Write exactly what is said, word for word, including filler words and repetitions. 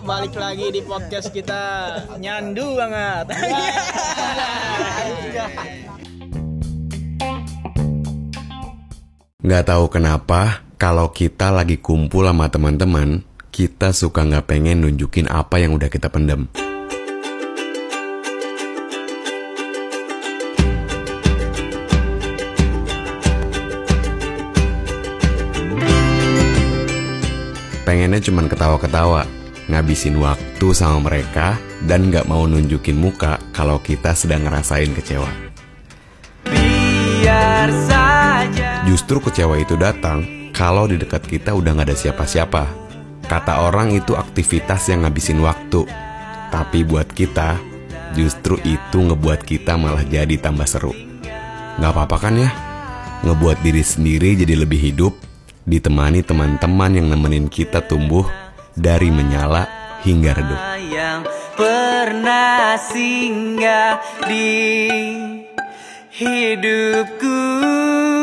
balik lagi di podcast kita. Nyandu banget. Nggak tahu kenapa, kalau kita lagi kumpul sama teman-teman, kita suka nggak pengen nunjukin apa yang udah kita pendam. Pengennya cuman ketawa-ketawa, ngabisin waktu sama mereka, dan nggak mau nunjukin muka kalau kita sedang ngerasain kecewa. Biar saja. Justru kecewa itu datang kalau di dekat kita udah nggak ada siapa-siapa. Kata orang itu aktivitas yang ngabisin waktu, tapi buat kita, justru itu ngebuat kita malah jadi tambah seru. Nggak apa-apa kan ya? Ngebuat diri sendiri jadi lebih hidup, ditemani teman-teman yang nemenin kita tumbuh dari menyala hingga redup. Yang pernah singgah di hidupku.